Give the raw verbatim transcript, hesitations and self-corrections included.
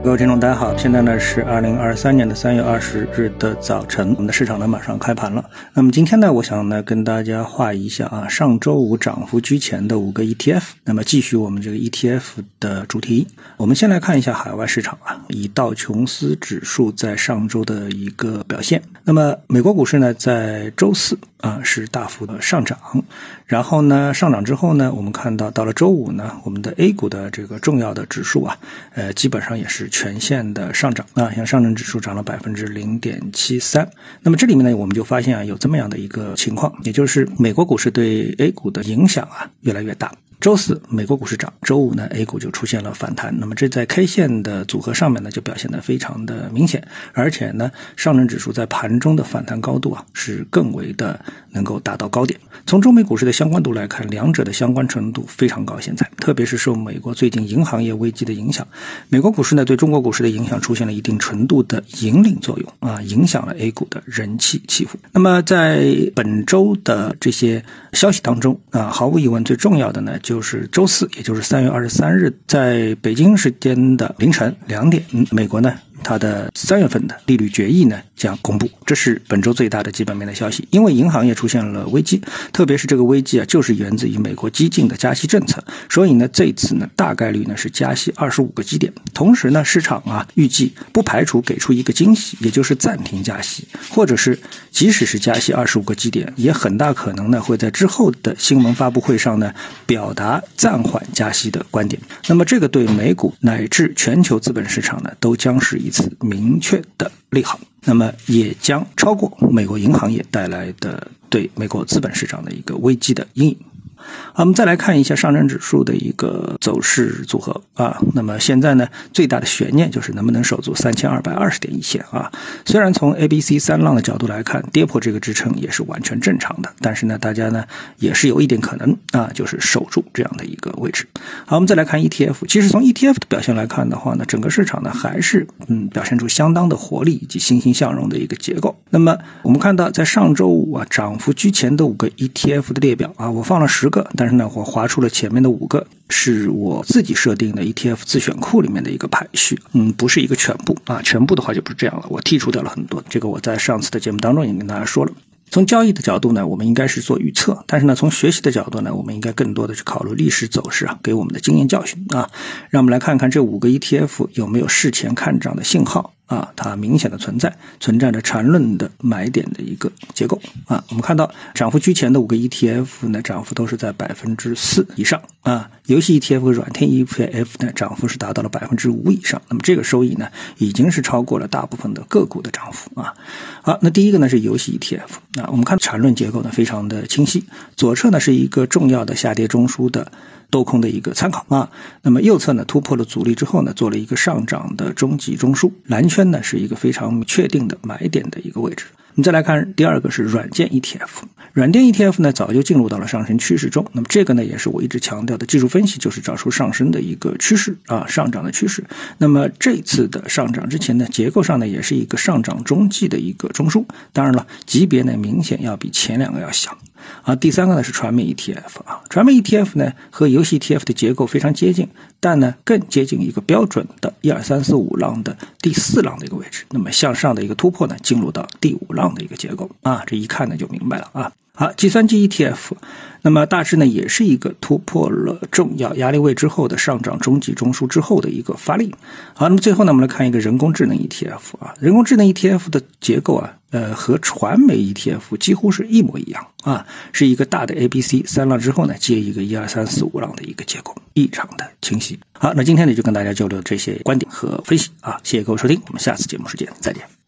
各位听众大家好，现在呢是二零二三年的三月二十日的早晨，我们的市场呢马上开盘了。那么今天呢我想呢跟大家画一下啊上周五涨幅居前的五个 E T F， 那么继续我们这个 E T F 的主题。我们先来看一下海外市场啊，以道琼斯指数在上周的一个表现。那么美国股市呢在周四啊是大幅的上涨，然后呢上涨之后呢我们看到到了周五呢我们的 A 股的这个重要的指数啊呃基本上也是全线的上涨啊，像上证指数涨了 百分之零点七三。 那么这里面呢我们就发现啊有这么样的一个情况，也就是美国股市对 A 股的影响啊越来越大。周四美国股市涨，周五呢 A 股就出现了反弹，那么这在 K 线的组合上面呢就表现得非常的明显，而且呢上证指数在盘中的反弹高度啊是更为的能够达到高点。从中美股市的相关度来看，两者的相关程度非常高，现在特别是受美国最近银行业危机的影响，美国股市呢对中国股市的影响出现了一定程度的引领作用啊，影响了 A 股的人气起伏。那么在本周的这些消息当中啊，毫无疑问最重要的呢就是周四，也就是三月二十三日，在北京时间的凌晨两点，嗯、美国呢它的三月份的利率决议呢将公布，这是本周最大的基本面的消息。因为银行业出现了危机，特别是这个危机啊就是源自于美国激进的加息政策，所以呢这次呢大概率呢是加息二十五个基点。同时呢市场啊预计不排除给出一个惊喜，也就是暂停加息，或者是即使是加息二十五个基点，也很大可能呢会在之后的新闻发布会上呢表达暂缓加息的观点。那么这个对美股乃至全球资本市场呢都将是一次明确的利好，那么也将超过美国银行业带来的对美国资本市场的一个危机的阴影。好，我们再来看一下上证指数的一个走势组合啊。那么现在呢，最大的悬念就是能不能守住三千二百二十点一线啊。虽然从 A B C 三浪的角度来看，跌破这个支撑也是完全正常的，但是呢，大家呢也是有一点可能啊，就是守住这样的一个位置。好，我们再来看 E T F。其实从 E T F 的表现来看的话呢，整个市场呢还是嗯表现出相当的活力以及欣欣向荣的一个结构。那么我们看到在上周五啊，涨幅居前的五个 E T F 的列表啊，我放了十个，但是呢我划出了前面的五个，是我自己设定的 E T F 自选库里面的一个排序，嗯，不是一个全部啊，全部的话就不是这样了，我剔除掉了很多，这个我在上次的节目当中已经跟大家说了。从交易的角度呢，我们应该是做预测，但是呢从学习的角度呢，我们应该更多的去考虑历史走势啊，给我们的经验教训啊。让我们来看看这五个 E T F 有没有事前看涨的信号啊，它明显的存在存在着缠论的买点的一个结构啊。我们看到涨幅居前的五个 E T F 呢，涨幅都是在 百分之四 以上啊。游戏 E T F 和软件 E T F 呢，涨幅是达到了 百分之五 以上，那么这个收益呢已经是超过了大部分的个股的涨幅啊。好，那第一个呢是游戏 E T F 啊，我们看缠论结构呢非常的清晰，左侧呢是一个重要的下跌中枢的多空的一个参考啊，那么右侧呢突破了阻力之后呢，做了一个上涨的中级中枢，蓝圈呢是一个非常确定的买点的一个位置。我们再来看第二个是软件 E T F， 软件 E T F 呢早就进入到了上升趋势中，那么这个呢也是我一直强调的技术分析，就是找出上升的一个趋势啊，上涨的趋势。那么这次的上涨之前呢，结构上呢也是一个上涨中继的一个中枢，当然了级别呢明显要比前两个要小啊。第三个呢是传媒 E T F 啊，传媒 E T F 呢和游戏 E T F 的结构非常接近，但呢更接近一个标准的一二三四五浪的第四浪的一个位置，那么向上的一个突破呢进入到第五浪的一个结构啊，这一看呢就明白了啊。好，计算机 E T F， 那么大致呢也是一个突破了重要压力位之后的上涨中级中枢之后的一个发力。好，那么最后呢我们来看一个人工智能 E T F 啊，人工智能 E T F 的结构啊，呃和传媒 E T F 几乎是一模一样啊，是一个大的 A B C 三浪之后呢接一个一二三四五浪的一个结构，异常的清晰。好，那今天呢就跟大家交流这些观点和分析啊，谢谢各位收听，我们下次节目时间再见。